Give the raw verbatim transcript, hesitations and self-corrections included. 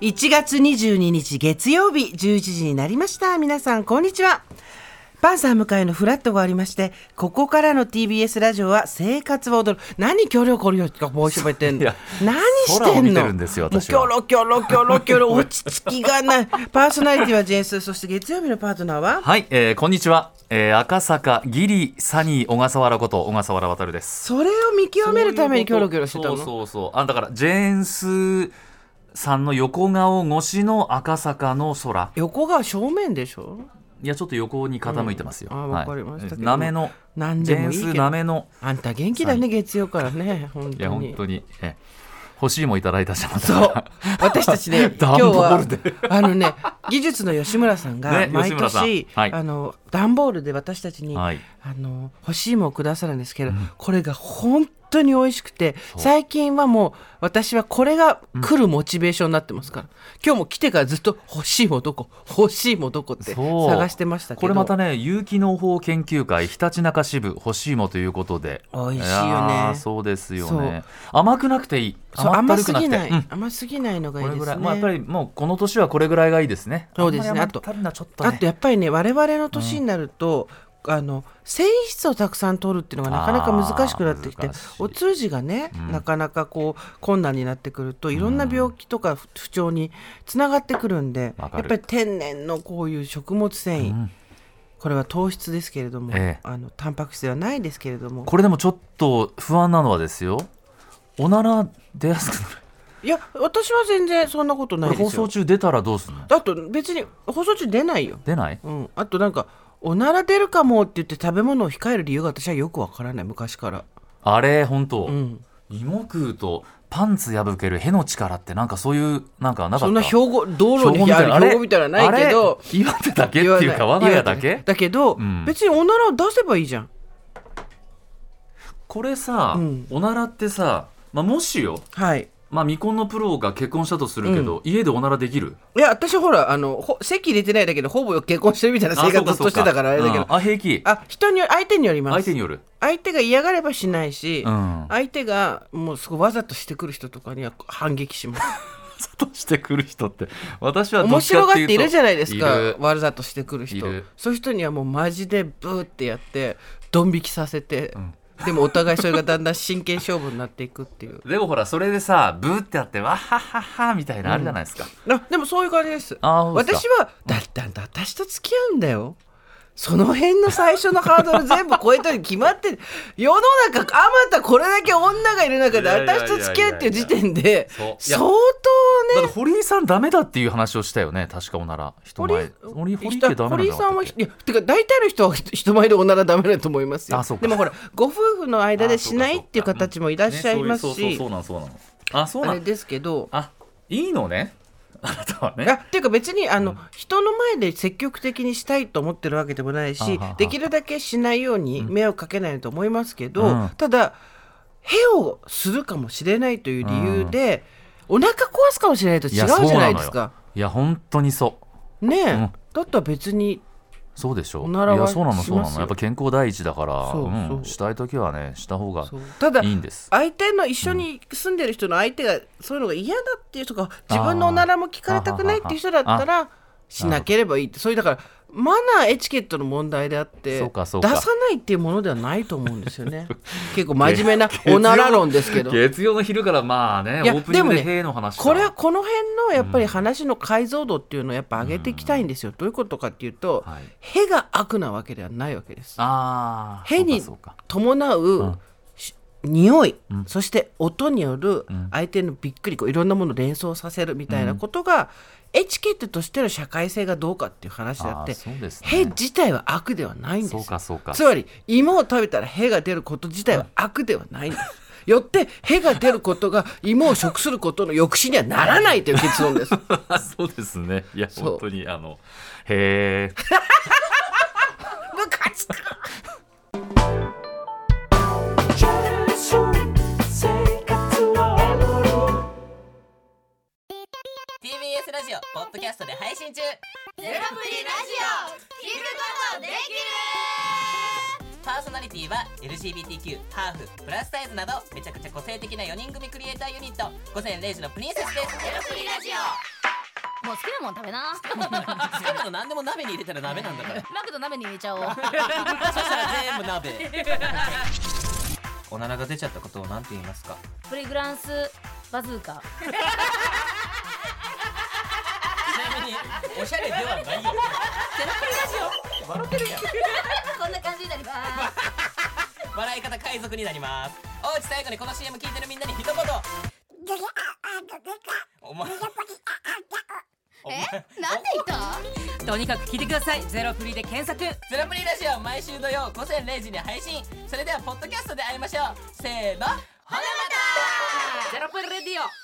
いちがつにじゅうににち月曜日じゅういちじになりました。皆さんこんにちは。パンサー向かいのフラットがありまして、ここからの ティービーエス ラジオは生活を踊る。何キョロコリョとか申し上げてんの。何してんの。 空を見てるんですよ、私は。 もうキョロキョロキョロキョロ落ち着きがない。パーソナリティはジェンス、そして月曜日のパートナーははい、えー、こんにちは、えー、赤坂ギリサニー小笠原こと小笠原渉です。 それを見極めるためにキョロキョロしてたの。 そうそうそう。あ、だからジェンスさんの横顔越しの赤坂の空。 横顔正面でしょ。 いやちょっと横に傾いてますよ、 うん、あ、わかりましたけど、 なめの何でもいいけど、 ジェンスなめのあんた元気だね月曜からね。本当にいや本当にえ欲しいもいただいたじゃん。 そう私たちね今日はあのね技術の吉村さんが毎年、ねはい、あの段ボールで私たちに、はい、あの欲しいもをくださるんですけど、うん、これが本当に美味しくて、最近はもう私はこれが来るモチベーションになってますから、うん、今日も来てからずっと欲しいもどこ欲しいもどこって探してましたけど、 これまたね有機農法研究会ひたちなか支部欲しいもということで美味しいよね。 そうですよね。甘くなくていい。 甘すぎない、うん、甘すぎないのがいいですね。 これぐらい、まあ、やっぱりもうこの年はこれぐらいがいいですね。 そうですね。あと、あとやっぱりね我々の年になると、うん、あの繊維質をたくさん取るっていうのがなかなか難しくなってきて、お通じがね、うん、なかなかこう困難になってくるといろんな病気とか不調につながってくるんで、うん、やっぱり天然のこういう食物繊維、うん、これは糖質ですけれども、ええ、あのタンパク質ではないですけれども、 これでもちょっと不安なのはですよ、おなら出やすくなる。 いや私は全然そんなことないですよ。 放送中出たらどうするの。 だと別に放送中出ないよ。 出ない、 うん、あとなんかおなら出るかもって言って食べ物を控える理由が私はよくわからない。昔からあれ本当、 うん、 芋食うとパンツ破けるへの力ってなんかそういうなんかなかった。 そんな標語道路にある標語みたいなのはないけど、 岩手だけっていうか我が家だけだけど、うん、別におならを出せばいいじゃん。 これさ、うん、おならってさ、まあ、もしよ、はい、まあ、未婚のプロが結婚したとするけど、うん、家でおならできる。いや私ほらあの籍入れてないだけでほぼ結婚してるみたいな生活としてたからあれだけど、 あ平気。 あ人に相手によります。 相手による。 相手が嫌がればしないし、うん、相手がもうすごいわざとしてくる人とかには反撃します。 わざとしてくる人って私はどっちかっていうと面白がっているじゃないですか。わざとしてくる人、そういう人にはもうマジでブーってやってドン引きさせて、うん、でもお互いそれがだんだん真剣勝負になっていくっていうでもほらそれでさブーってやってわはははみたいなあるじゃないですか、 うん、あでもそういう感じです。あ私はだってあんた私と付き合うんだよ。その辺の最初のハードル全部超えたに決まってる。世の中あまたこれだけ女がいる中で私と付き合うっていう時点で相当ね。 だって堀井さんダメだっていう話をしたよね確か。おなら人前堀井ってダメなんだ。 堀井さんはいやてか大体の人は人前でおならダメだと思いますよ。あそうか。でもほらご夫婦の間でしないっていう形もいらっしゃいますし、 そうなのそうなのあそうなのあれですけど、 あいいのねあなたはね。 あっていうか別にあの、うん、人の前で積極的にしたいと思ってるわけでもないし、できるだけしないように迷惑かけないと思いますけど、うん、ただへをするかもしれないという理由で、うん、お腹壊すかもしれないと違うじゃないですか。 いや本当にそうねえ、うん、だったら別にそうでしょう。いやそうなのそうなのやっぱ健康第一だからそうそう、うん、したいときはねした方がいいんです。 ただ相手の一緒に住んでる人の相手がそういうのが嫌だっていう人が自分のおならも聞かれたくないっていう人だったらしなければいいって、そういうだからマナーエチケットの問題であってそうかそうか出さないっていうものではないと思うんですよね。結構真面目なおなら論ですけど月曜の昼からまあねオープニングでへの話か、 これこの辺のやっぱり話の解像度っていうのをやっぱ上げていきたいんですよ、うん、どういうことかっていうと、はい、へが悪なわけではないわけです。 あへに伴う、うん匂い、うん、そして音による相手のびっくりこういろんなものを連想させるみたいなことが、うん、エチケットとしての社会性がどうかっていう話であって、ね、へ自体は悪ではないんですよ。 そうかそうか。 つまり芋を食べたらへが出ること自体は悪ではないんです、うん、よってへが出ることが芋を食することの抑止にはならないという結論です。 そうですね。いや本当にあのへームカつくラジオポッドキャストで配信中。 ゼロプリラジオ聞くことできる。 パーソナリティは エルジービーティーキュー、ハーフ、プラスサイズなどめちゃくちゃ個性的なよにん組クリエイターユニット午前れいじのプリンセスです。 ゼロプリラジオもう好きなもん食べな。 好きなの何でも鍋に入れたら鍋なんだから。 マクド鍋に入れちゃおう。 そしたら全部鍋。おならが出ちゃったことを何て言いますか？ プリグランスバズーカ。 ちなみにおしゃれではないよ。ゼロプリラジオ笑ってるやん。 こんな感じになります。 笑い方海賊になります。おうち最後にこの シーエム 聞いてるみんなに一言。お前え、なんで言った？とにかく聞いてください。ゼロプリで検索。 ゼロプリラジオ毎週土曜午前れいじに配信。それではポッドキャストで会いましょう。せーの、ほなまた。 ゼロプリレディオ。